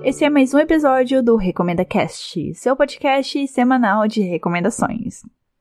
Esse é mais um episódio do Recomenda Cast, seu podcast semanal de recomendações.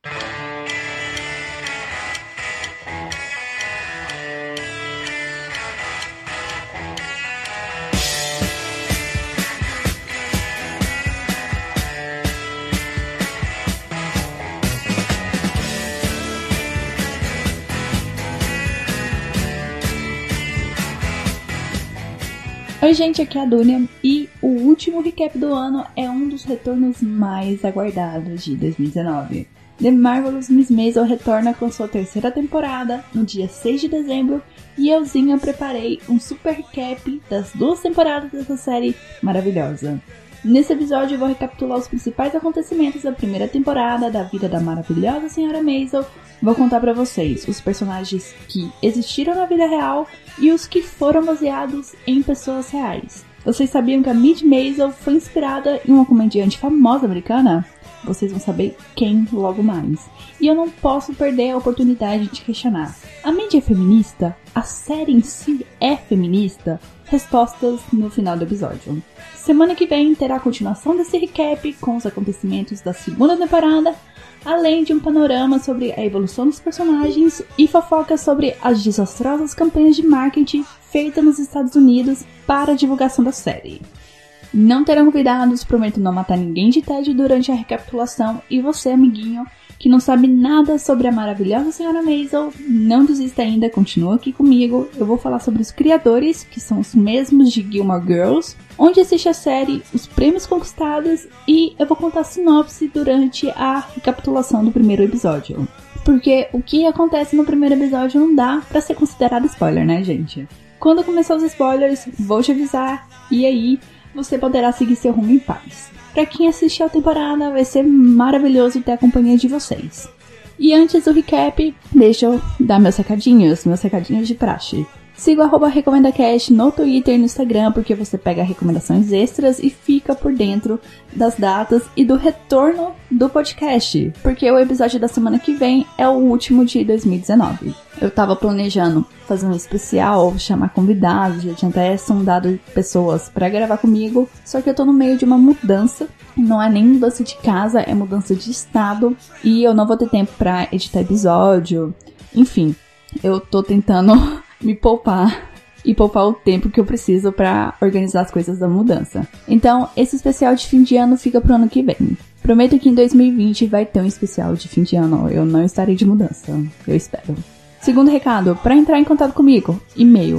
Oi gente, aqui é a Dunia e o último recap do ano é um dos retornos mais aguardados de 2019. The Marvelous Miss Maisel retorna com sua terceira temporada no dia 6 de dezembro e euzinha preparei um super recap das 2 temporadas dessa série maravilhosa. Nesse episódio eu vou recapitular os principais acontecimentos da primeira temporada da vida da maravilhosa Senhora Maisel. Vou contar pra vocês os personagens que existiram na vida real e os que foram baseados em pessoas reais. Vocês sabiam que a Midge Maisel foi inspirada em uma comediante famosa americana? Vocês vão saber quem logo mais. E eu não posso perder a oportunidade de questionar. A Midge é feminista? A série em si é feminista? Respostas no final do episódio. Semana que vem terá a continuação desse recap com os acontecimentos da segunda temporada, além de um panorama sobre a evolução dos personagens e fofocas sobre as desastrosas campanhas de marketing feitas nos Estados Unidos para a divulgação da série. Não terão convidados, prometo não matar ninguém de tédio durante a recapitulação, e você, amiguinho, que não sabe nada sobre a maravilhosa Senhora Maisel, não desista ainda, continua aqui comigo. Eu vou falar sobre os criadores, que são os mesmos de Gilmore Girls, onde assiste a série, os prêmios conquistados, e eu vou contar a sinopse durante a recapitulação do primeiro episódio. Porque o que acontece no primeiro episódio não dá pra ser considerado spoiler, né, gente? Quando começar os spoilers, vou te avisar, e aí você poderá seguir seu rumo em paz. Pra quem assistiu a temporada, vai ser maravilhoso ter a companhia de vocês. E antes do recap, deixa eu dar meus recadinhos de praxe. Siga o @RecomendaCast no Twitter e no Instagram, porque você pega recomendações extras e fica por dentro das datas e do retorno do podcast, porque o episódio da semana que vem é o último de 2019. Eu tava planejando fazer um especial, chamar convidados, já tinha até sondado pessoas pra gravar comigo, só que eu tô no meio de uma mudança, não é nem mudança de casa, é mudança de estado, e eu não vou ter tempo pra editar episódio, enfim, eu tô tentando me poupar e poupar o tempo que eu preciso pra organizar as coisas da mudança. Então, esse especial de fim de ano fica pro ano que vem. Prometo que em 2020 vai ter um especial de fim de ano, eu não estarei de mudança, eu espero. Segundo recado, para entrar em contato comigo, e-mail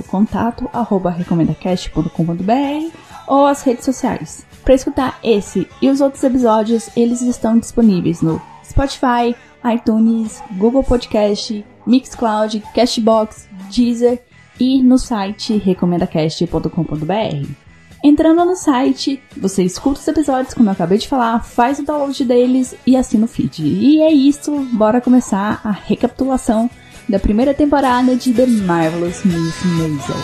contato@recomendacast.com.br ou as redes sociais. Para escutar esse e os outros episódios, eles estão disponíveis no Spotify, iTunes, Google Podcast, Mixcloud, Castbox, Deezer e no site recomendacast.com.br. Entrando no site, você escuta os episódios, como eu acabei de falar, faz o download deles e assina o feed. E é isso, bora começar a recapitulação da primeira temporada de The Marvelous Miss Maisel.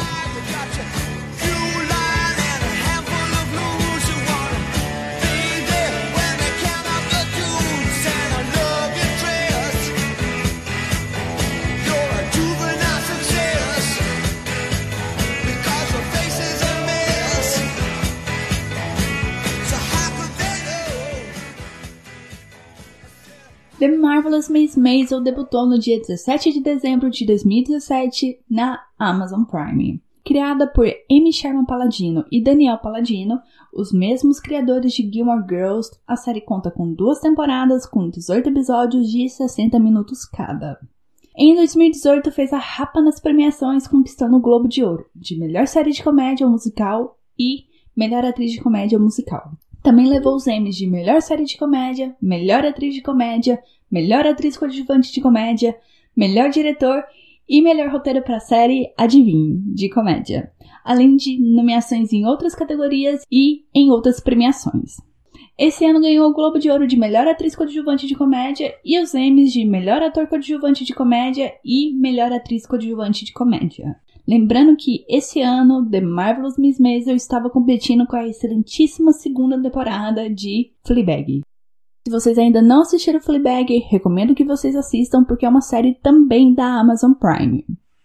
The Marvelous Miss Maisel debutou no dia 17 de dezembro de 2017 na Amazon Prime. Criada por Amy Sherman Palladino e Daniel Palladino, os mesmos criadores de Gilmore Girls, a série conta com 2 temporadas com 18 episódios de 60 minutos cada. Em 2018 fez a rapa nas premiações, conquistando o Globo de Ouro de melhor série de comédia musical e melhor atriz de comédia musical. Também levou os Emmys de melhor série de comédia, melhor atriz de comédia, melhor atriz coadjuvante de comédia, melhor diretor e melhor roteiro para a série, adivinhe, de comédia. Além de nomeações em outras categorias e em outras premiações. Esse ano ganhou o Globo de Ouro de melhor atriz coadjuvante de comédia e os Emmys de melhor ator coadjuvante de comédia e melhor atriz coadjuvante de comédia. Lembrando que esse ano The Marvelous Miss Maisel estava competindo com a excelentíssima segunda temporada de Fleabag. Se vocês ainda não assistiram Fleabag, recomendo que vocês assistam porque é uma série também da Amazon Prime.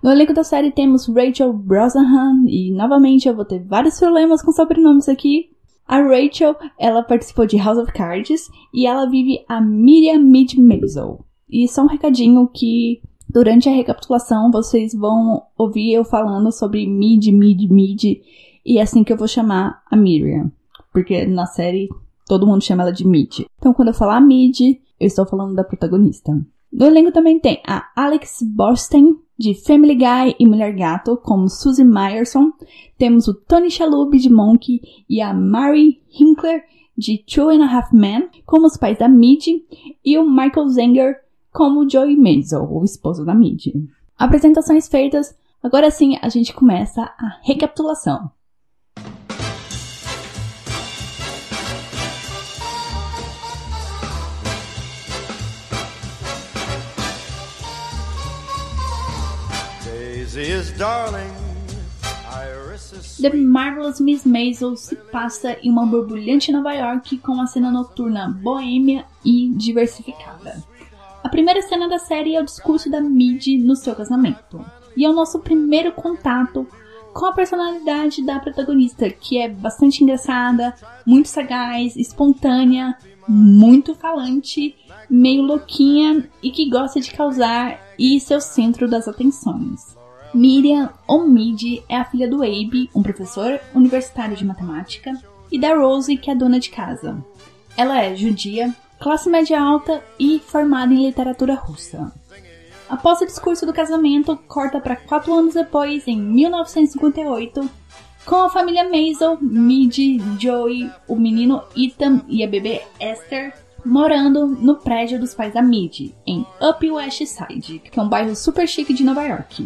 No elenco da série temos Rachel Brosnahan, e novamente eu vou ter vários problemas com sobrenomes aqui. A Rachel, ela participou de House of Cards e ela vive a Miriam Mead Maisel. E só um recadinho que durante a recapitulação vocês vão ouvir eu falando sobre Mead, e é assim que eu vou chamar a Miriam, porque na série todo mundo chama ela de Mead. Então quando eu falar Mead, eu estou falando da protagonista. No elenco também tem a Alex Borstein, de Family Guy e Mulher Gato, como Susie Meyerson. Temos o Tony Shalhoub, de Monk, e a Mary Hinkler, de Two and a Half Men, como os pais da Mid, e o Michael Zenger, como Joey Maisel, o esposo da Mid. Apresentações feitas, agora sim a gente começa a recapitulação. The Marvelous Miss Maisel se passa em uma borbulhante Nova York com uma cena noturna boêmia e diversificada. A primeira cena da série é o discurso da Mid no seu casamento, e é o nosso primeiro contato com a personalidade da protagonista, que é bastante engraçada, muito sagaz, espontânea, muito falante, meio louquinha e que gosta de causar e ser o centro das atenções. Miriam, ou Mid, é a filha do Abe, um professor universitário de matemática, e da Rosie, que é dona de casa. Ela é judia, classe média alta e formada em literatura russa. Após o discurso do casamento, corta para 4 anos depois, em 1958, com a família Maisel, Mid, Joey, o menino Ethan e a bebê Esther, morando no prédio dos pais da Mid, em Upper West Side, que é um bairro super chique de Nova York.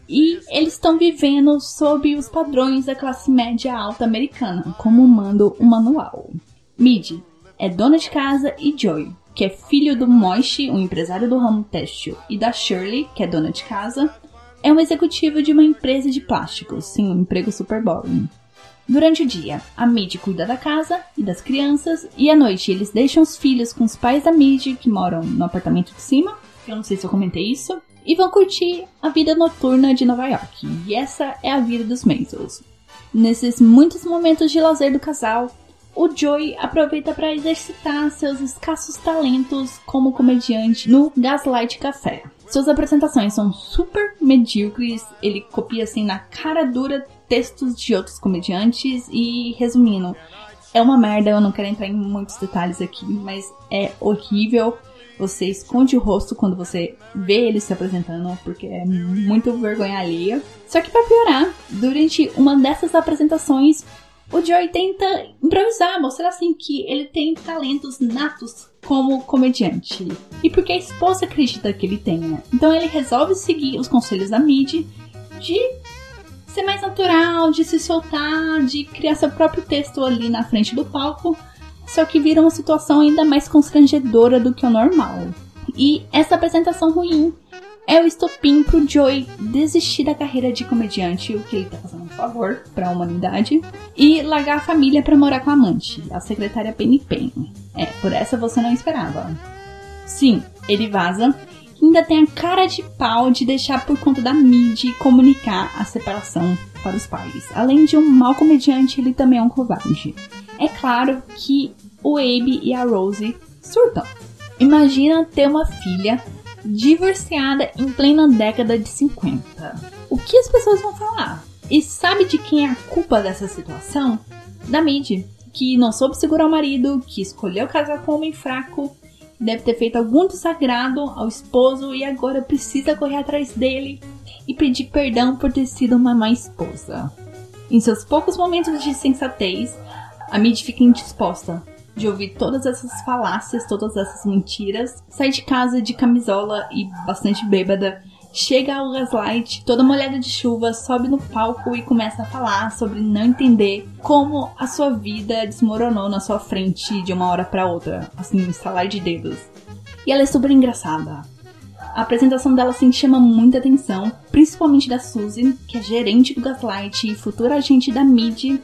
E eles estão vivendo sob os padrões da classe média alta americana, como manda o manual. Mid é dona de casa e Joey, que é filho do Moishi, um empresário do ramo têxtil, e da Shirley, que é dona de casa, é um executivo de uma empresa de plásticos, sim, um emprego super boring. Durante o dia, a Mid cuida da casa e das crianças, e à noite eles deixam os filhos com os pais da Mid, que moram no apartamento de cima, eu não sei se eu comentei isso, e vão curtir a vida noturna de Nova York. E essa é a vida dos Maisels. Nesses muitos momentos de lazer do casal, o Joey aproveita para exercitar seus escassos talentos como comediante no Gaslight Café. Suas apresentações são super medíocres, ele copia assim na cara dura textos de outros comediantes e, resumindo, é uma merda. Eu não quero entrar em muitos detalhes aqui, mas é horrível. Você esconde o rosto quando você vê ele se apresentando, porque é muito vergonha alheia. Só que pra piorar, durante uma dessas apresentações, o Joey tenta improvisar, mostrar assim que ele tem talentos natos como comediante. E porque a esposa acredita que ele tenha. Então ele resolve seguir os conselhos da Mid de ser mais natural, de se soltar, de criar seu próprio texto ali na frente do palco. Só que vira uma situação ainda mais constrangedora do que o normal. E essa apresentação ruim é o estopim pro Joey desistir da carreira de comediante, o que ele tá fazendo um favor pra humanidade, e largar a família pra morar com a amante, a secretária Penny Payne. Por essa você não esperava. Sim, ele vaza, e ainda tem a cara de pau de deixar por conta da Mid comunicar a separação para os pais. Além de um mau comediante, ele também é um covarde. É claro que o Abe e a Rosie surtam. Imagina ter uma filha divorciada em plena década de 50. O que as pessoas vão falar? E sabe de quem é a culpa dessa situação? Da Mid, que não soube segurar o marido, que escolheu casar com um homem fraco, deve ter feito algum desagrado ao esposo e agora precisa correr atrás dele e pedir perdão por ter sido uma má esposa. Em seus poucos momentos de sensatez, a Mid fica indisposta de ouvir todas essas falácias, todas essas mentiras, sai de casa de camisola e bastante bêbada, chega ao Gaslight, toda molhada de chuva, sobe no palco e começa a falar sobre não entender como a sua vida desmoronou na sua frente de uma hora pra outra, assim, estalar de dedos. E ela é super engraçada. A apresentação dela assim chama muita atenção, principalmente da Suzy, que é gerente do Gaslight e futura agente da Mid,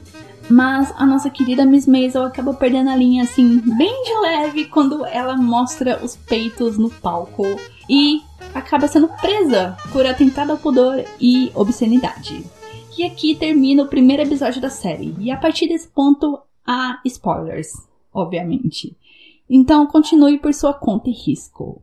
Mas a nossa querida Miss Maisel acaba perdendo a linha, assim, bem de leve, quando ela mostra os peitos no palco e acaba sendo presa por atentado ao pudor e obscenidade. E aqui termina o primeiro episódio da série, e a partir desse ponto há spoilers, obviamente. Então continue por sua conta e risco.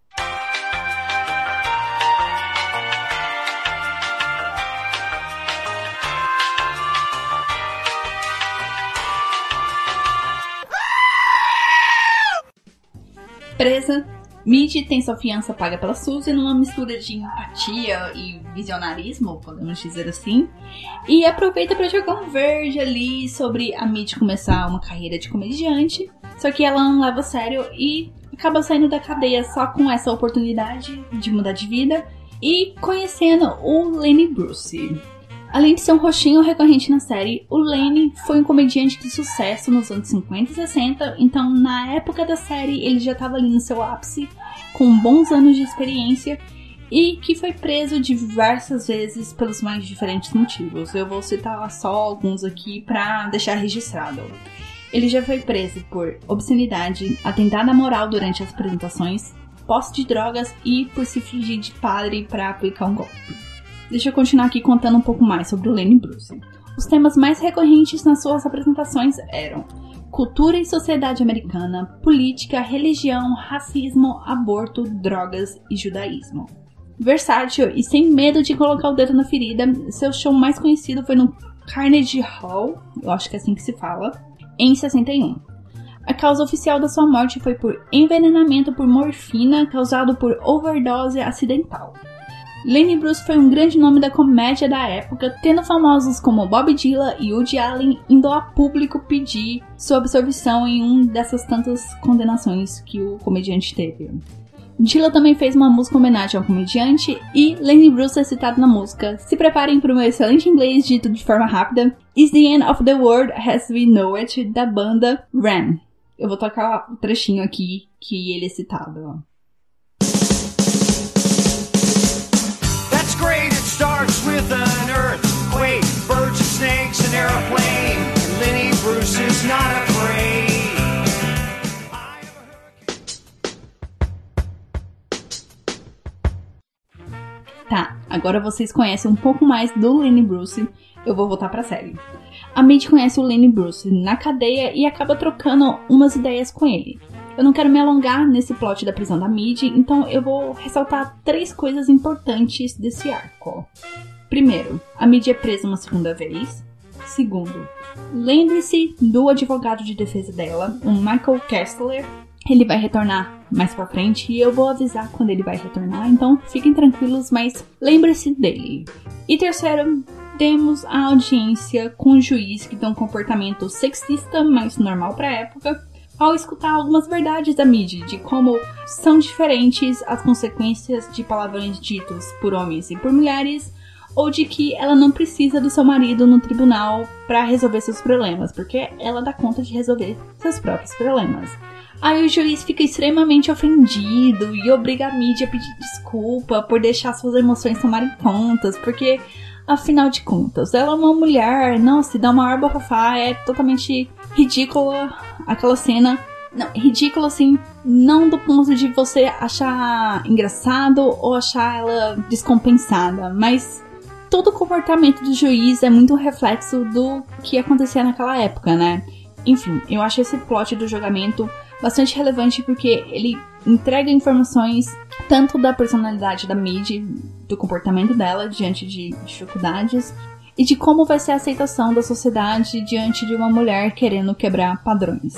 Presa, Midge tem sua fiança paga pela Suzy numa mistura de empatia e visionarismo, podemos dizer assim, e aproveita para jogar um verde ali sobre a Midge começar uma carreira de comediante, só que ela não leva a sério e acaba saindo da cadeia só com essa oportunidade de mudar de vida e conhecendo o Lenny Bruce. Além de ser um rostinho recorrente na série, o Lenny foi um comediante de sucesso nos anos 50 e 60, então na época da série ele já estava ali no seu ápice, com bons anos de experiência, e que foi preso diversas vezes pelos mais diferentes motivos. Eu vou citar só alguns aqui para deixar registrado. Ele já foi preso por obscenidade, atentado à moral durante as apresentações, posse de drogas e por se fingir de padre para aplicar um golpe. Deixa eu continuar aqui contando um pouco mais sobre o Lenny Bruce. Os temas mais recorrentes nas suas apresentações eram cultura e sociedade americana, política, religião, racismo, aborto, drogas e judaísmo. Versátil e sem medo de colocar o dedo na ferida, seu show mais conhecido foi no Carnegie Hall, eu acho que é assim que se fala, em 61. A causa oficial da sua morte foi por envenenamento por morfina causado por overdose acidental. Lenny Bruce foi um grande nome da comédia da época, tendo famosos como Bob Dylan e Woody Allen indo a público pedir sua absolvição em uma dessas tantas condenações que o comediante teve. Dylan também fez uma música em homenagem ao comediante e Lenny Bruce é citado na música. Se preparem para um excelente inglês dito de forma rápida. Is the end of the world as we know it, da banda Ram. Eu vou tocar o trechinho aqui que ele é citado. Starts with an earthquake, birds and snakes, an airplane. Lenny Bruce is not afraid. Tá, agora vocês conhecem um pouco mais do Lenny Bruce, eu vou voltar pra série. A Midge conhece o Lenny Bruce na cadeia e acaba trocando umas ideias com ele. Eu não quero me alongar nesse plot da prisão da Midge, então eu vou ressaltar 3 coisas importantes desse arco. Primeiro, a Midge é presa uma segunda vez. Segundo, lembre-se do advogado de defesa dela, o Michael Kessler. Ele vai retornar mais pra frente e eu vou avisar quando ele vai retornar, então fiquem tranquilos, mas lembre-se dele. E terceiro, temos a audiência com o juiz que tem um comportamento sexista, mas normal pra época, ao escutar algumas verdades da Midge, de como são diferentes as consequências de palavrões ditos por homens e por mulheres, ou de que ela não precisa do seu marido no tribunal para resolver seus problemas, porque ela dá conta de resolver seus próprios problemas. Aí o juiz fica extremamente ofendido e obriga a Midge a pedir desculpa por deixar suas emoções tomarem contas, porque, afinal de contas, ela é uma mulher, não se dá uma maior bafafá, é totalmente ridícula aquela cena. Não, ridícula assim, não do ponto de você achar engraçado ou achar ela descompensada, mas todo o comportamento do juiz é muito um reflexo do que acontecia naquela época, né? Enfim, eu acho esse plot do julgamento bastante relevante porque ele entrega informações tanto da personalidade da Midge, do comportamento dela diante de dificuldades, e de como vai ser a aceitação da sociedade diante de uma mulher querendo quebrar padrões.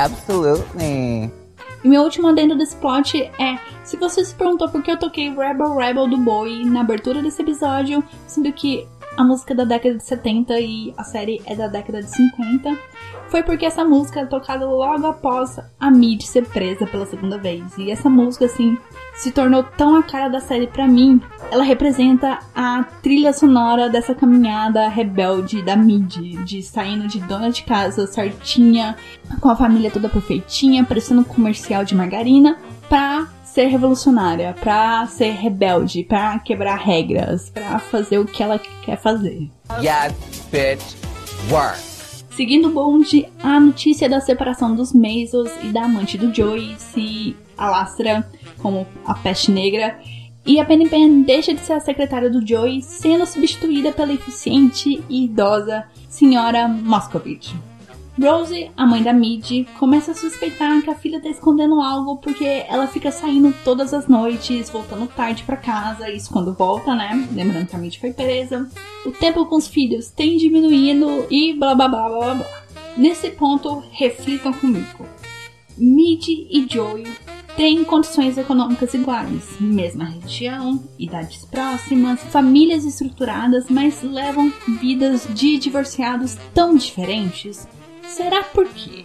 Absolutely. E meu último adendo desse plot é, se você se perguntou por que eu toquei Rebel Rebel do Bowie na abertura desse episódio, sendo que a música é da década de 70 e a série é da década de 50, foi porque essa música é tocada logo após a Midge ser presa pela segunda vez. E essa música, assim, se tornou tão a cara da série pra mim. Ela representa a trilha sonora dessa caminhada rebelde da Midge, de saindo de dona de casa certinha, com a família toda perfeitinha, parecendo um comercial de margarina, pra ser revolucionária, pra ser rebelde, pra quebrar regras, pra fazer o que ela quer fazer. Yes, bitch, work. Seguindo o bonde, a notícia da separação dos Maisels e da amante do Joey se alastra como a peste negra, e a Penny Penn deixa de ser a secretária do Joey, sendo substituída pela eficiente e idosa Senhora Moscovitch. Rosie, a mãe da Midi, começa a suspeitar que a filha está escondendo algo porque ela fica saindo todas as noites, voltando tarde para casa, isso quando volta, né? Lembrando que a Midi foi presa. O tempo com os filhos tem diminuindo e blá blá blá blá blá. Nesse ponto, reflitam comigo. Midi e Joey têm condições econômicas iguais, mesma região, idades próximas, famílias estruturadas, mas levam vidas de divorciados tão diferentes. Será por quê?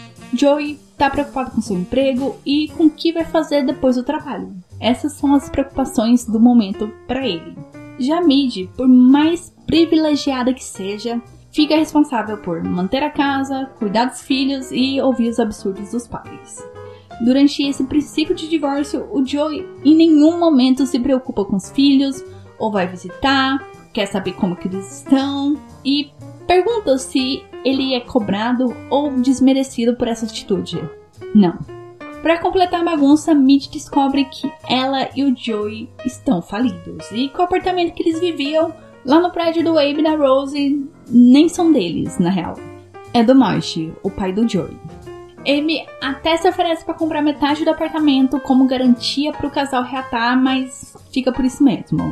Joey está preocupado com seu emprego e com o que vai fazer depois do trabalho. Essas são as preocupações do momento para ele. Já Midi, por mais privilegiada que seja, fica responsável por manter a casa, cuidar dos filhos e ouvir os absurdos dos pais. Durante esse princípio de divórcio, o Joey em nenhum momento se preocupa com os filhos, ou vai visitar, quer saber como que eles estão e pergunta se ele é cobrado ou desmerecido por essa atitude. Não. Para completar a bagunça, Midi descobre que ela e o Joey estão falidos e que o apartamento que eles viviam lá no prédio do Abe e da Rosie nem são deles, na real. É do Moish, o pai do Joey. Abe até se oferece para comprar metade do apartamento como garantia para o casal reatar, mas fica por isso mesmo.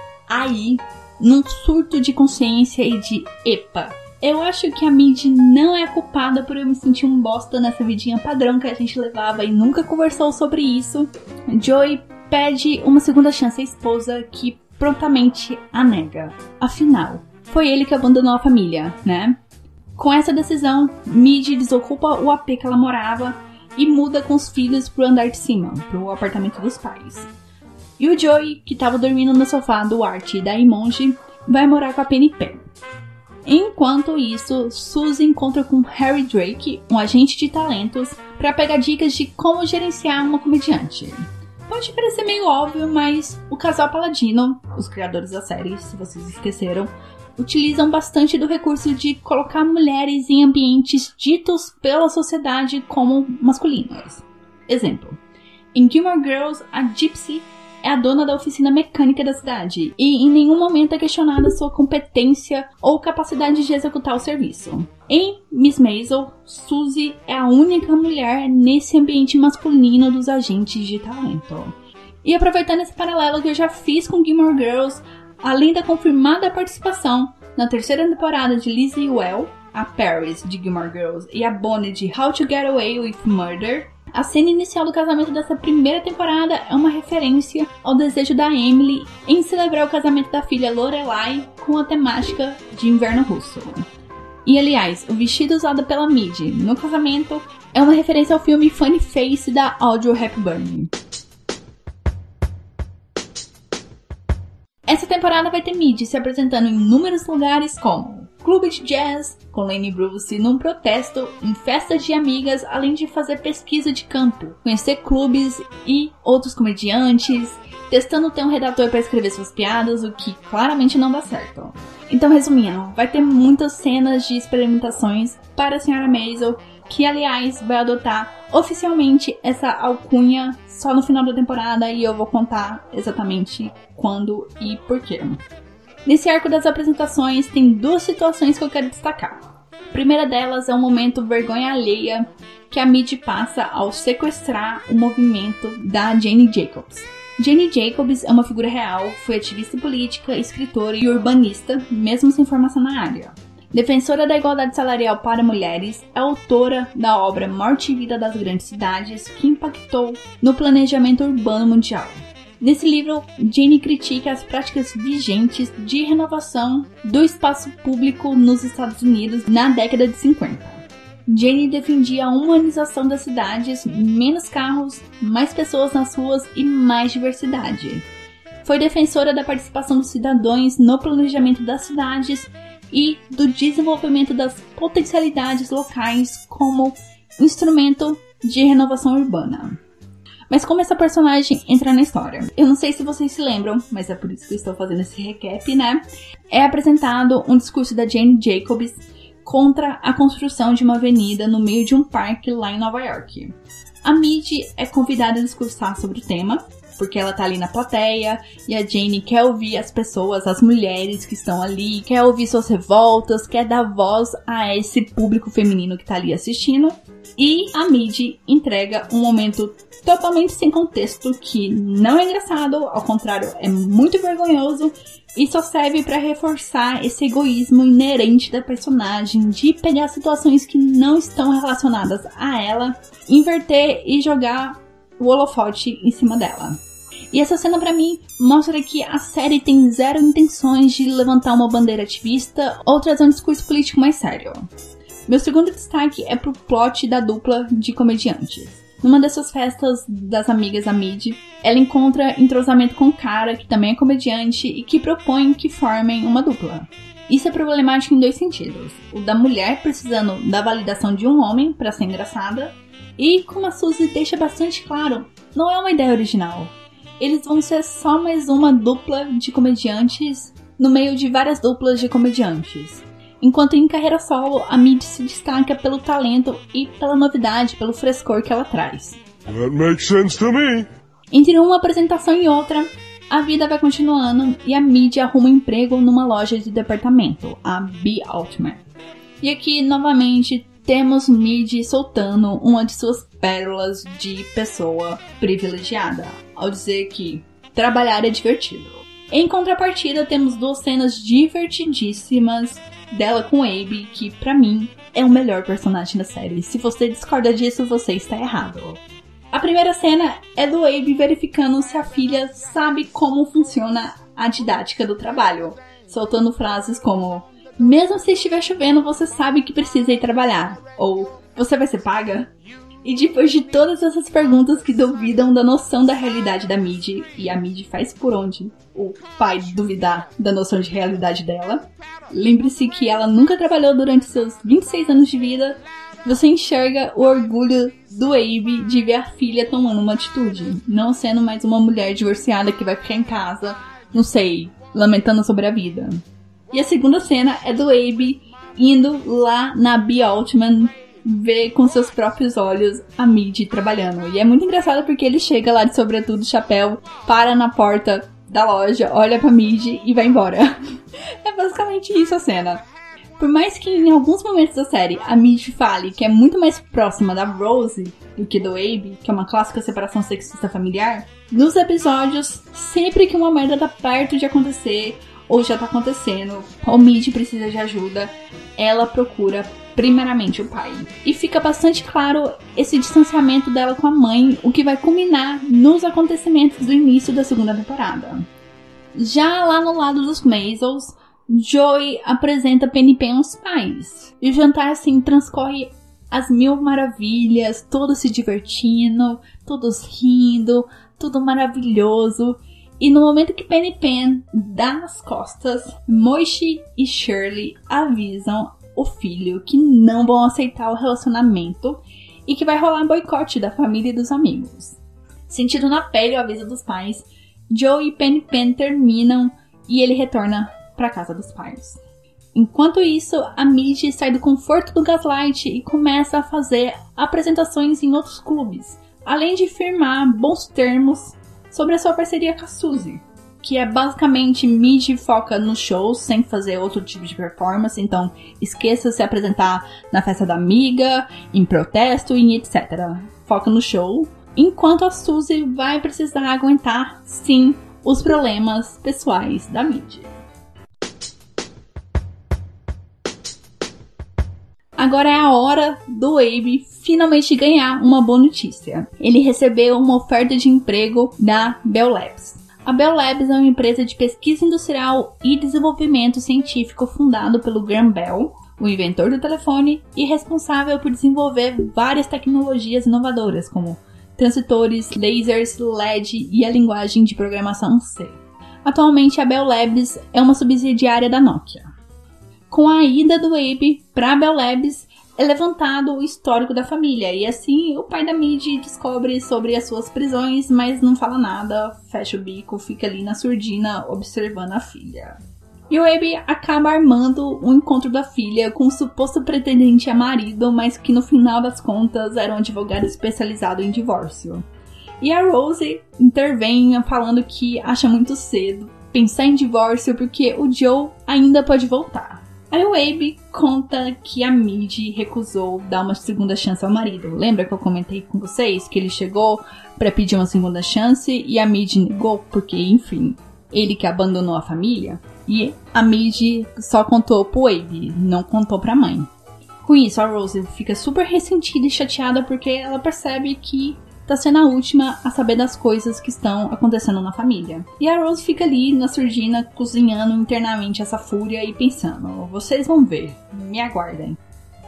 Aí, num surto de consciência e de epa, eu acho que a Midi não é culpada por eu me sentir um bosta nessa vidinha padrão que a gente levava e nunca conversou sobre isso. Joey pede uma segunda chance à esposa, que prontamente a nega. Afinal, foi ele que abandonou a família, né? Com essa decisão, Midi desocupa o AP que ela morava e muda com os filhos pro andar de cima, pro apartamento dos pais. E o Joey, que estava dormindo no sofá do Art e da Imonji, vai morar com a Penny Penn. Enquanto isso, Suzy encontra com Harry Drake, um agente de talentos, para pegar dicas de como gerenciar uma comediante. Pode parecer meio óbvio, mas o casal Paladino, os criadores da série, se vocês esqueceram, utilizam bastante do recurso de colocar mulheres em ambientes ditos pela sociedade como masculinos. Exemplo, em Gilmore Girls, a Gypsy é a dona da oficina mecânica da cidade e em nenhum momento é questionada sua competência ou capacidade de executar o serviço. Em Miss Maisel, Suzy é a única mulher nesse ambiente masculino dos agentes de talento. E aproveitando esse paralelo que eu já fiz com Gilmore Girls, além da confirmada participação na terceira temporada de Lizzie Well, a Paris de Gilmore Girls e a Bonnie de How to Get Away with Murder, a cena inicial do casamento dessa primeira temporada é uma referência ao desejo da Emily em celebrar o casamento da filha Lorelai com a temática de inverno russo. E aliás, o vestido usado pela Midi no casamento é uma referência ao filme Funny Face da Audrey Hepburn. Essa temporada vai ter Midi se apresentando em inúmeros lugares como clube de jazz, com Lenny Bruce num protesto, em festas de amigas, além de fazer pesquisa de campo, conhecer clubes e outros comediantes, testando ter um redator para escrever suas piadas, o que claramente não dá certo. Então, resumindo, vai ter muitas cenas de experimentações para a Sra. Maisel, que aliás vai adotar oficialmente essa alcunha só no final da temporada e eu vou contar exatamente quando e porquê. Nesse arco das apresentações tem duas situações que eu quero destacar. A primeira delas é um momento vergonha alheia que a Midi passa ao sequestrar o movimento da Jane Jacobs. Jane Jacobs é uma figura real, foi ativista política, escritora e urbanista, mesmo sem formação na área. Defensora da igualdade salarial para mulheres, é autora da obra Morte e Vida das Grandes Cidades, que impactou no planejamento urbano mundial. Nesse livro, Jane critica as práticas vigentes de renovação do espaço público nos Estados Unidos na década de 50. Jane defendia a humanização das cidades, menos carros, mais pessoas nas ruas e mais diversidade. Foi defensora da participação dos cidadãos no planejamento das cidades e do desenvolvimento das potencialidades locais como instrumento de renovação urbana. Mas como essa personagem entra na história? Eu não sei se vocês se lembram, mas é por isso que eu estou fazendo esse recap, né? É apresentado um discurso da Jane Jacobs contra a construção de uma avenida no meio de um parque lá em Nova York. A Midi é convidada a discursar sobre o tema, porque ela tá ali na plateia, e a Jane quer ouvir as pessoas, as mulheres que estão ali, quer ouvir suas revoltas, quer dar voz a esse público feminino que tá ali assistindo. E a Midi entrega um momento totalmente sem contexto, que não é engraçado, ao contrário, é muito vergonhoso, e só serve pra reforçar esse egoísmo inerente da personagem, de pegar situações que não estão relacionadas a ela, inverter e jogar o holofote em cima dela. E essa cena pra mim mostra que a série tem zero intenções de levantar uma bandeira ativista ou trazer um discurso político mais sério. Meu segundo destaque é pro plot da dupla de comediantes. Numa dessas festas das amigas da Midi, ela encontra entrosamento com um cara que também é comediante e que propõe que formem uma dupla. Isso é problemático em dois sentidos. O da mulher precisando da validação de um homem para ser engraçada, e como a Suzy deixa bastante claro, não é uma ideia original. Eles vão ser só mais uma dupla de comediantes no meio de várias duplas de comediantes. Enquanto em carreira solo, a Midi se destaca pelo talento e pela novidade, pelo frescor que ela traz. That makes sense to me. Entre uma apresentação e outra, a vida vai continuando e a Midi arruma um emprego numa loja de departamento, a B. Altman. E aqui, novamente, temos Midi soltando uma de suas pérolas de pessoa privilegiada, ao dizer que trabalhar é divertido. Em contrapartida, temos duas cenas divertidíssimas dela com Abe, que pra mim é o melhor personagem da série. Se você discorda disso, você está errado. A primeira cena é do Abe verificando se a filha sabe como funciona a didática do trabalho, soltando frases como: mesmo se estiver chovendo, você sabe que precisa ir trabalhar, ou você vai ser paga? E depois de todas essas perguntas que duvidam da noção da realidade da Midi, e a Midi faz por onde o pai duvidar da noção de realidade dela, lembre-se que ela nunca trabalhou durante seus 26 anos de vida, você enxerga o orgulho do Abe de ver a filha tomando uma atitude, não sendo mais uma mulher divorciada que vai ficar em casa, não sei, lamentando sobre a vida. E a segunda cena é do Abe indo lá na B. Altman ver com seus próprios olhos a Midi trabalhando. E é muito engraçado porque ele chega lá de sobretudo, chapéu, para na porta da loja, olha pra Midi e vai embora. É basicamente isso a cena. Por mais que em alguns momentos da série a Midi fale que é muito mais próxima da Rose do que do Abe, que é uma clássica separação sexista familiar, nos episódios, sempre que uma merda tá perto de acontecer, ou já tá acontecendo, ou Midi precisa de ajuda, ela procura primeiramente o pai. E fica bastante claro esse distanciamento dela com a mãe, o que vai culminar nos acontecimentos do início da segunda temporada. Já lá no lado dos Maisels, Joey apresenta Penny Pen aos pais. E o jantar assim transcorre às mil maravilhas, todos se divertindo, todos rindo, tudo maravilhoso. E no momento que Penny Pen dá as costas, Moishi e Shirley avisam o filho que não vão aceitar o relacionamento e que vai rolar boicote da família e dos amigos. Sentindo na pele o aviso dos pais, Joe e Penny Pen terminam e ele retorna para casa dos pais. Enquanto isso, a Midi sai do conforto do Gaslight e começa a fazer apresentações em outros clubes, além de firmar bons termos sobre a sua parceria com a Suzy, que é basicamente Midi foca nos shows sem fazer outro tipo de performance, então esqueça se apresentar na festa da amiga, em protesto e etc. Foca no show, enquanto a Suzy vai precisar aguentar, sim, os problemas pessoais da Midi. Agora é a hora do Abe finalmente ganhar uma boa notícia. Ele recebeu uma oferta de emprego da Bell Labs. A Bell Labs é uma empresa de pesquisa industrial e desenvolvimento científico fundado pelo Graham Bell, o inventor do telefone e responsável por desenvolver várias tecnologias inovadoras, como transistores, lasers, LED e a linguagem de programação C. Atualmente, a Bell Labs é uma subsidiária da Nokia. Com a ida do Abe para a Bell Labs, é levantado o histórico da família, e assim o pai da Midi descobre sobre as suas prisões, mas não fala nada, fecha o bico, fica ali na surdina observando a filha. E o Abe acaba armando o encontro da filha com o suposto pretendente a marido, mas que no final das contas era um advogado especializado em divórcio. E a Rose intervém falando que acha muito cedo pensar em divórcio porque o Joe ainda pode voltar. Aí o Abe conta que a Midi recusou dar uma segunda chance ao marido. Lembra que eu comentei com vocês que ele chegou pra pedir uma segunda chance e a Midi negou porque, enfim, ele que abandonou a família? E a Midi só contou pro Abe, não contou pra mãe. Com isso, a Rose fica super ressentida e chateada porque ela percebe que tá sendo a última a saber das coisas que estão acontecendo na família. E a Rose fica ali na surdina, cozinhando internamente essa fúria e pensando, vocês vão ver, me aguardem.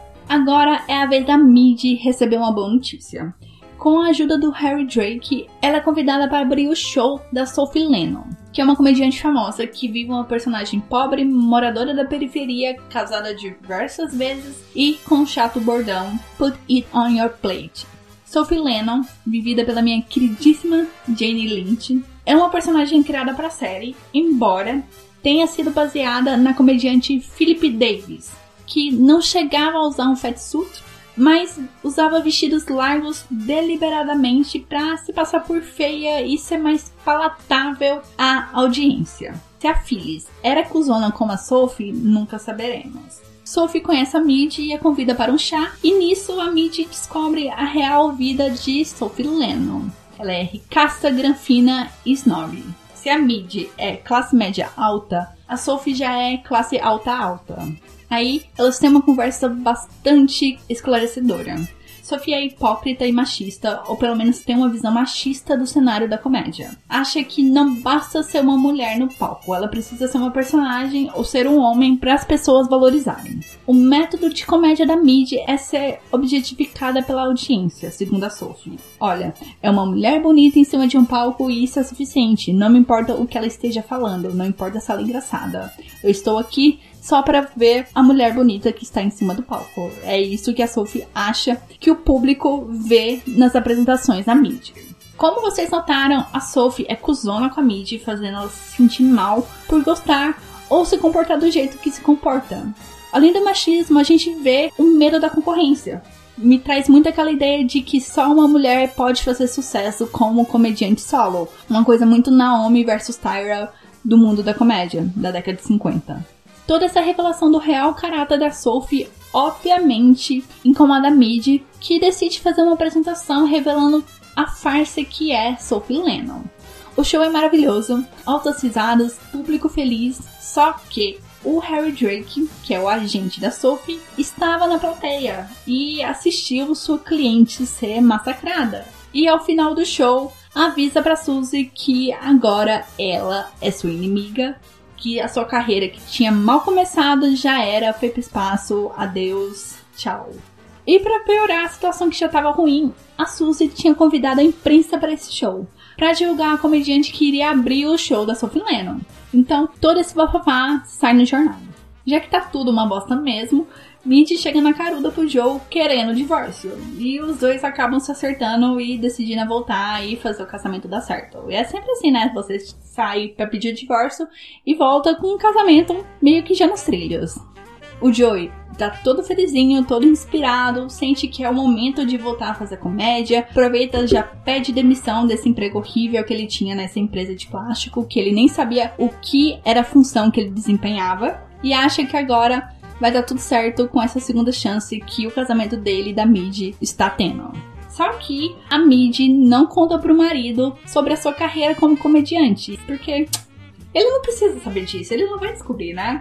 Agora é a vez da Midi receber uma boa notícia. Com a ajuda do Harry Drake, ela é convidada para abrir o show da Sophie Lennon, que é uma comediante famosa que vive uma personagem pobre, moradora da periferia, casada diversas vezes e com um chato bordão Put It On Your Plate. Sophie Lennon, vivida pela minha queridíssima Jane Lynch, é uma personagem criada para a série, embora tenha sido baseada na comediante Philip Davis, que não chegava a usar um fatsuit, mas usava vestidos largos deliberadamente para se passar por feia e ser mais palatável à audiência. Se a Phyllis era cuzona como a Sophie, nunca saberemos. Sophie conhece a Midi e a convida para um chá, e nisso a Midi descobre a real vida de Sophie Lennon. Ela é ricaça, granfina e snob. Se a Midi é classe média alta, a Sophie já é classe alta. Aí elas têm uma conversa bastante esclarecedora. Sophie é hipócrita e machista, ou pelo menos tem uma visão machista do cenário da comédia. Acha que não basta ser uma mulher no palco, ela precisa ser uma personagem ou ser um homem para as pessoas valorizarem. O método de comédia da Midi é ser objetificada pela audiência, segundo a Sophie. Olha, é uma mulher bonita em cima de um palco e isso é suficiente, não me importa o que ela esteja falando, não importa se ela é engraçada. Eu estou aqui só para ver a mulher bonita que está em cima do palco. É isso que a Sophie acha que o público vê nas apresentações da Midi. Como vocês notaram, a Sophie é cuzona com a Midi, fazendo ela se sentir mal por gostar ou se comportar do jeito que se comporta. Além do machismo, a gente vê o medo da concorrência. Me traz muito aquela ideia de que só uma mulher pode fazer sucesso como comediante solo. Uma coisa muito Naomi versus Tyra do mundo da comédia, da década de 50. Toda essa revelação do real caráter da Sophie, obviamente, incomoda a Midi, que decide fazer uma apresentação revelando a farsa que é Sophie Lennon. O show é maravilhoso, altas risadas, público feliz, só que o Harry Drake, que é o agente da Sophie, estava na plateia e assistiu sua cliente ser massacrada. E ao final do show, avisa pra Suzy que agora ela é sua inimiga, que a sua carreira, que tinha mal começado, já era, foi pro espaço, adeus, tchau. E pra piorar a situação que já tava ruim, a Suzy tinha convidado a imprensa para esse show, pra divulgar a comediante que iria abrir o show da Sophie Lennon. Então todo esse bafafá sai no jornal. Já que tá tudo uma bosta mesmo, Midi chega na caruda pro Joe querendo o divórcio. E os dois acabam se acertando e decidindo voltar e fazer o casamento dar certo. E é sempre assim, né? Você sai pra pedir o divórcio e volta com um casamento meio que já nos trilhos. O Joey tá todo felizinho, todo inspirado, sente que é o momento de voltar a fazer comédia, aproveita, já pede demissão desse emprego horrível que ele tinha nessa empresa de plástico, que ele nem sabia o que era a função que ele desempenhava, e acha que agora vai dar tudo certo com essa segunda chance que o casamento dele e da Midi está tendo. Só que a Midi não conta pro marido sobre a sua carreira como comediante, porque ele não precisa saber disso, ele não vai descobrir, né?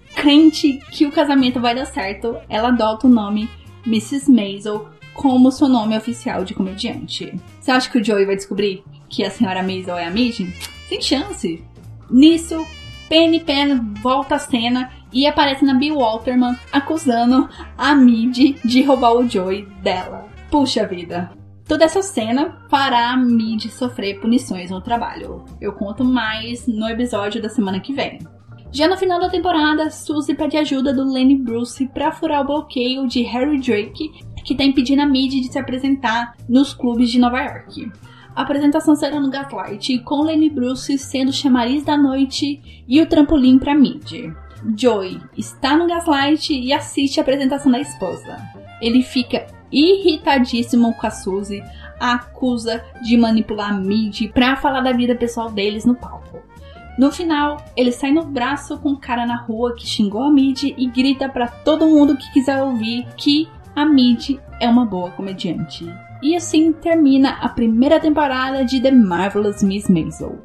Crente que o casamento vai dar certo, ela adota o nome Mrs. Maisel como seu nome oficial de comediante. Você acha que o Joey vai descobrir que a senhora Maisel é a Midi? Sem chance. Nisso, Penny Penn volta à cena e aparece na Bill Walterman acusando a Midi de roubar o Joey dela. Puxa vida. Toda essa cena fará a Midi sofrer punições no trabalho. Eu conto mais no episódio da semana que vem. Já no final da temporada, Suzy pede ajuda do Lenny Bruce para furar o bloqueio de Harry Drake, que tá impedindo a Midi de se apresentar nos clubes de Nova York. A apresentação será no Gaslight, com Lenny Bruce sendo o chamariz da noite e o trampolim para Mid. Joey está no Gaslight e assiste a apresentação da esposa. Ele fica irritadíssimo com a Suzy, a acusa de manipular a Mid para falar da vida pessoal deles no palco. No final, ele sai no braço com um cara na rua que xingou a Mid e grita para todo mundo que quiser ouvir que a Mid é uma boa comediante. E assim termina a primeira temporada de The Marvelous Miss Maisel.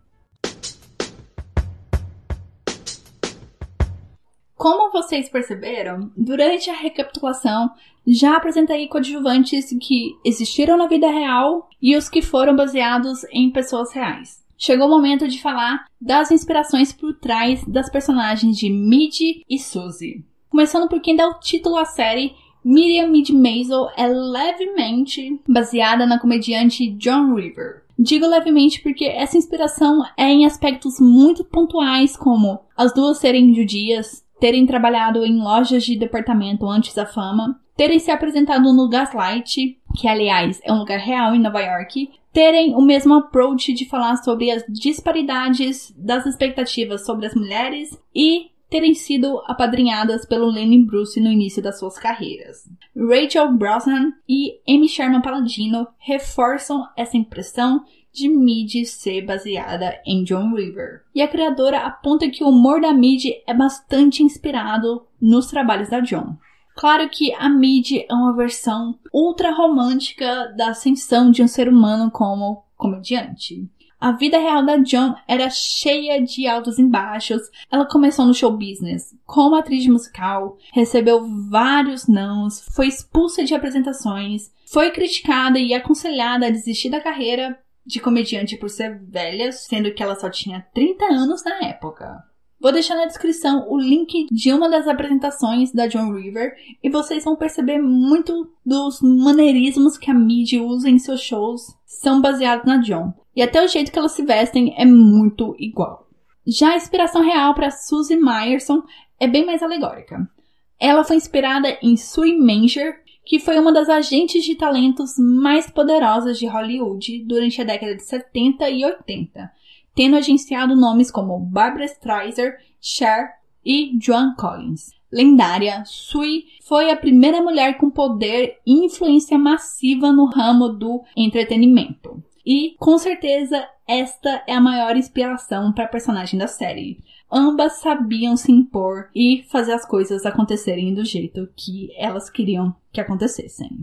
Como vocês perceberam, durante a recapitulação já apresentei coadjuvantes que existiram na vida real e os que foram baseados em pessoas reais. Chegou o momento de falar das inspirações por trás das personagens de Mid e Suzy. Começando por quem dá o título à série, Miriam Mid Maisel é levemente baseada na comediante Joan Rivers. Digo levemente porque essa inspiração é em aspectos muito pontuais, como as duas serem judias, terem trabalhado em lojas de departamento antes da fama, terem se apresentado no Gaslight, que aliás é um lugar real em Nova York, terem o mesmo approach de falar sobre as disparidades das expectativas sobre as mulheres e terem sido apadrinhadas pelo Lenny Bruce no início das suas carreiras. Rachel Brosnahan e Amy Sherman-Palladino reforçam essa impressão de Mid ser baseada em Joan Rivers. E a criadora aponta que o humor da Mid é bastante inspirado nos trabalhos da Joan. Claro que a Mid é uma versão ultra romântica da ascensão de um ser humano como comediante. A vida real da Joan era cheia de altos e baixos. Ela começou no show business como atriz de musical, recebeu vários nãos, foi expulsa de apresentações, foi criticada e aconselhada a desistir da carreira de comediante por ser velha, sendo que ela só tinha 30 anos na época. Vou deixar na descrição o link de uma das apresentações da Joan Rivers e vocês vão perceber muito dos maneirismos que a Mid usa em seus shows são baseados na Joan. E até o jeito que elas se vestem é muito igual. Já a inspiração real para Suzy Meyerson é bem mais alegórica. Ela foi inspirada em Sue Manger, que foi uma das agentes de talentos mais poderosas de Hollywood durante a década de 70 e 80, tendo agenciado nomes como Barbra Streisand, Cher e Joan Collins. Lendária, Sue foi a primeira mulher com poder e influência massiva no ramo do entretenimento. E, com certeza, esta é a maior inspiração para a personagem da série. Ambas sabiam se impor e fazer as coisas acontecerem do jeito que elas queriam que acontecessem.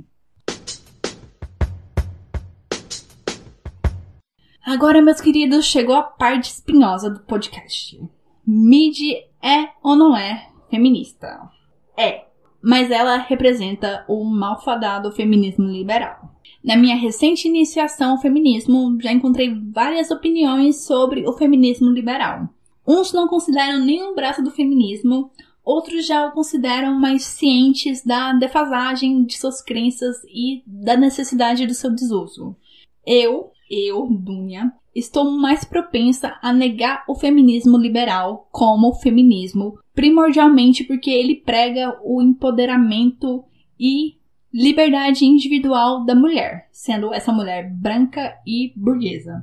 Agora, meus queridos, chegou a parte espinhosa do podcast. Mid é ou não é feminista? É, mas ela representa o malfadado feminismo liberal. Na minha recente iniciação ao feminismo, já encontrei várias opiniões sobre o feminismo liberal. Uns não consideram nenhum braço do feminismo, outros já o consideram mais cientes da defasagem de suas crenças e da necessidade do seu desuso. Eu, Dunia, estou mais propensa a negar o feminismo liberal como feminismo, primordialmente porque ele prega o empoderamento e liberdade individual da mulher, sendo essa mulher branca e burguesa.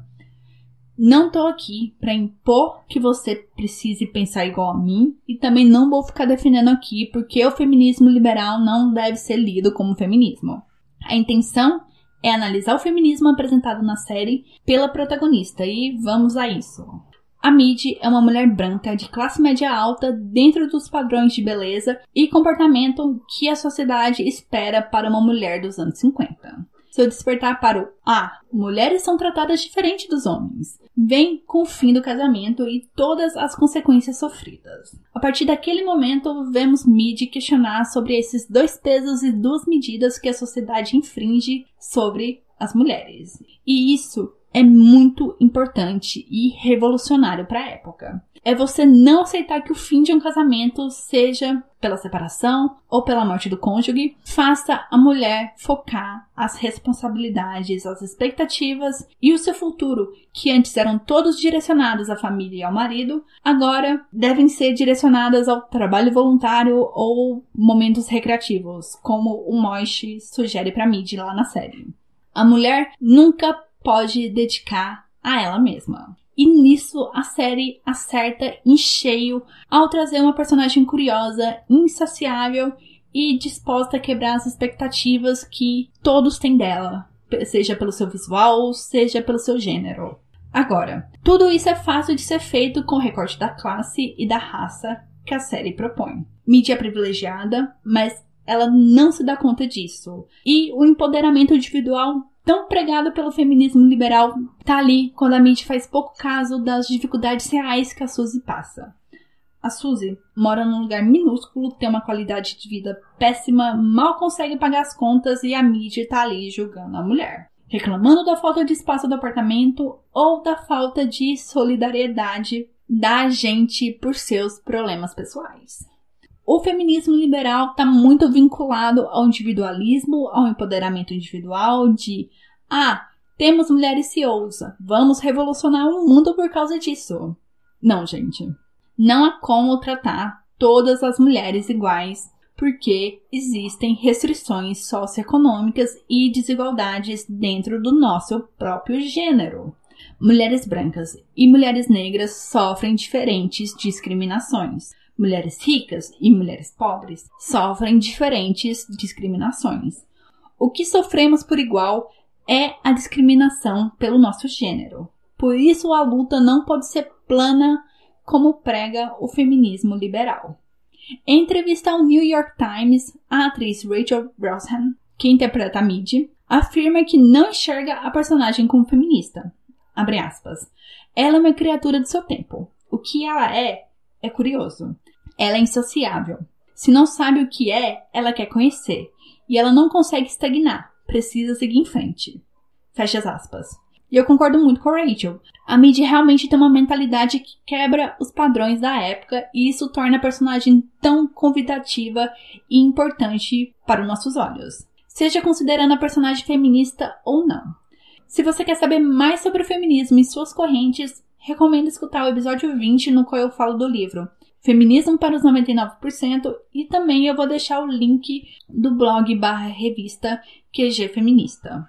Não tô aqui para impor que você precise pensar igual a mim e também não vou ficar defendendo aqui porque o feminismo liberal não deve ser lido como feminismo. A intenção é analisar o feminismo apresentado na série pela protagonista e vamos a isso. A Mid é uma mulher branca de classe média alta dentro dos padrões de beleza e comportamento que a sociedade espera para uma mulher dos anos 50. Seu despertar para o mulheres são tratadas diferente dos homens vem com o fim do casamento e todas as consequências sofridas. A partir daquele momento, vemos Mid questionar sobre esses dois pesos e duas medidas que a sociedade infringe sobre as mulheres. E isso é muito importante e revolucionário para a época. É você não aceitar que o fim de um casamento seja pela separação ou pela morte do cônjuge. Faça a mulher focar as responsabilidades, as expectativas e o seu futuro, que antes eram todos direcionados à família e ao marido, agora devem ser direcionadas ao trabalho voluntário ou momentos recreativos, como o Moish sugere para Mid lá na série. A mulher nunca pode dedicar a ela mesma. E nisso a série acerta em cheio ao trazer uma personagem curiosa, insaciável e disposta a quebrar as expectativas que todos têm dela, seja pelo seu visual, seja pelo seu gênero. Agora, tudo isso é fácil de ser feito com o recorte da classe e da raça que a série propõe. Mídia privilegiada, mas ela não se dá conta disso. E o empoderamento individual tão pregado pelo feminismo liberal tá ali quando a mídia faz pouco caso das dificuldades reais que a Suzy passa. A Suzy mora num lugar minúsculo, tem uma qualidade de vida péssima, mal consegue pagar as contas e a mídia tá ali julgando a mulher, reclamando da falta de espaço do apartamento ou da falta de solidariedade da gente por seus problemas pessoais. O feminismo liberal está muito vinculado ao individualismo, ao empoderamento individual de temos mulheres CEOs, vamos revolucionar o mundo por causa disso. Não, gente. Não há como tratar todas as mulheres iguais, porque existem restrições socioeconômicas e desigualdades dentro do nosso próprio gênero. Mulheres brancas e mulheres negras sofrem diferentes discriminações. Mulheres ricas e mulheres pobres sofrem diferentes discriminações. O que sofremos por igual é a discriminação pelo nosso gênero. Por isso a luta não pode ser plana como prega o feminismo liberal. Em entrevista ao New York Times, a atriz Rachel Brosnahan, que interpreta a Midi, afirma que não enxerga a personagem como feminista. Abre aspas. Ela é uma criatura do seu tempo. O que ela é curioso. Ela é insociável. Se não sabe o que é, ela quer conhecer. E ela não consegue estagnar. Precisa seguir em frente. Fecha as aspas. E eu concordo muito com a Rachel. A Midi realmente tem uma mentalidade que quebra os padrões da época e isso torna a personagem tão convidativa e importante para os nossos olhos. Seja considerando a personagem feminista ou não. Se você quer saber mais sobre o feminismo e suas correntes, recomendo escutar o episódio 20 no qual eu falo do livro Feminismo para os 99% e também eu vou deixar o link do blog/revista QG Feminista.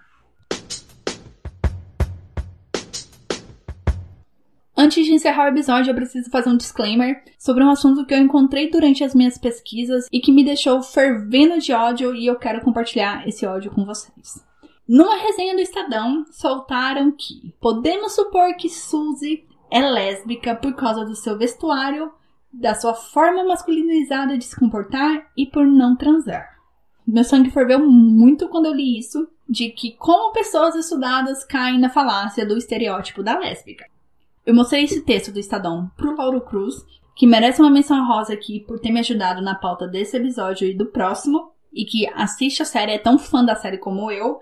Antes de encerrar o episódio, eu preciso fazer um disclaimer sobre um assunto que eu encontrei durante as minhas pesquisas e que me deixou fervendo de ódio e eu quero compartilhar esse ódio com vocês. Numa resenha do Estadão, soltaram que podemos supor que Suzy é lésbica por causa do seu vestuário, da sua forma masculinizada de se comportar e por não transar. Meu sangue ferveu muito quando eu li isso, de que como pessoas estudadas caem na falácia do estereótipo da lésbica. Eu mostrei esse texto do Estadão pro Lauro Cruz, que merece uma menção rosa aqui por ter me ajudado na pauta desse episódio e do próximo, e que assiste a série, é tão fã da série como eu,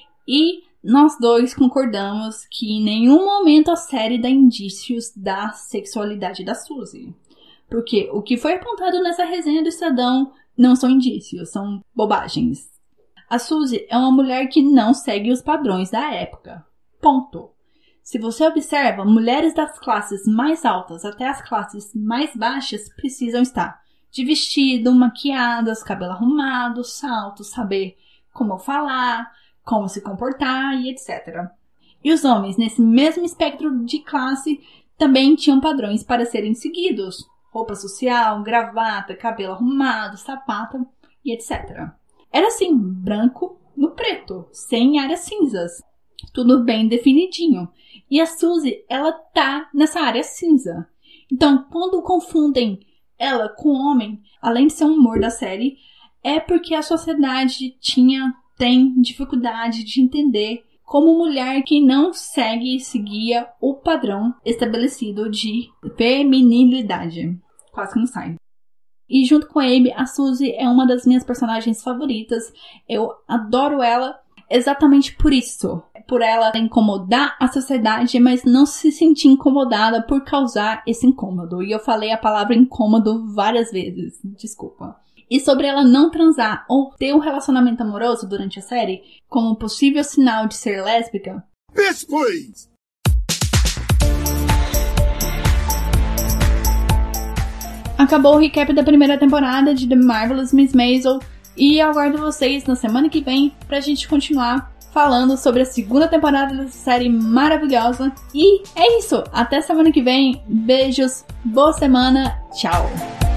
e nós dois concordamos que em nenhum momento a série dá indícios da sexualidade da Suzy. Porque o que foi apontado nessa resenha do Estadão não são indícios, são bobagens. A Suzy é uma mulher que não segue os padrões da época. Ponto. Se você observa, mulheres das classes mais altas até as classes mais baixas precisam estar de vestido, maquiadas, cabelo arrumado, salto, saber como falar, como se comportar e etc. E os homens, nesse mesmo espectro de classe, também tinham padrões para serem seguidos. Roupa social, gravata, cabelo arrumado, sapato e etc. Era assim, branco no preto, sem áreas cinzas. Tudo bem definidinho. E a Suzy, ela tá nessa área cinza. Então, quando confundem ela com o homem, além de ser um humor da série, é porque a sociedade tem dificuldade de entender como mulher que não seguia o padrão estabelecido de feminilidade. Quase que não sai. E junto com a Abe, a Suzy é uma das minhas personagens favoritas. Eu adoro ela exatamente por isso. Por ela incomodar a sociedade, mas não se sentir incomodada por causar esse incômodo. E eu falei a palavra incômodo várias vezes. Desculpa. E sobre ela não transar ou ter um relacionamento amoroso durante a série, como possível sinal de ser lésbica. Bitch, please! Acabou o recap da primeira temporada de The Marvelous Miss Maisel e eu aguardo vocês na semana que vem pra gente continuar falando sobre a segunda temporada dessa série maravilhosa. E é isso, até semana que vem, beijos, boa semana, tchau!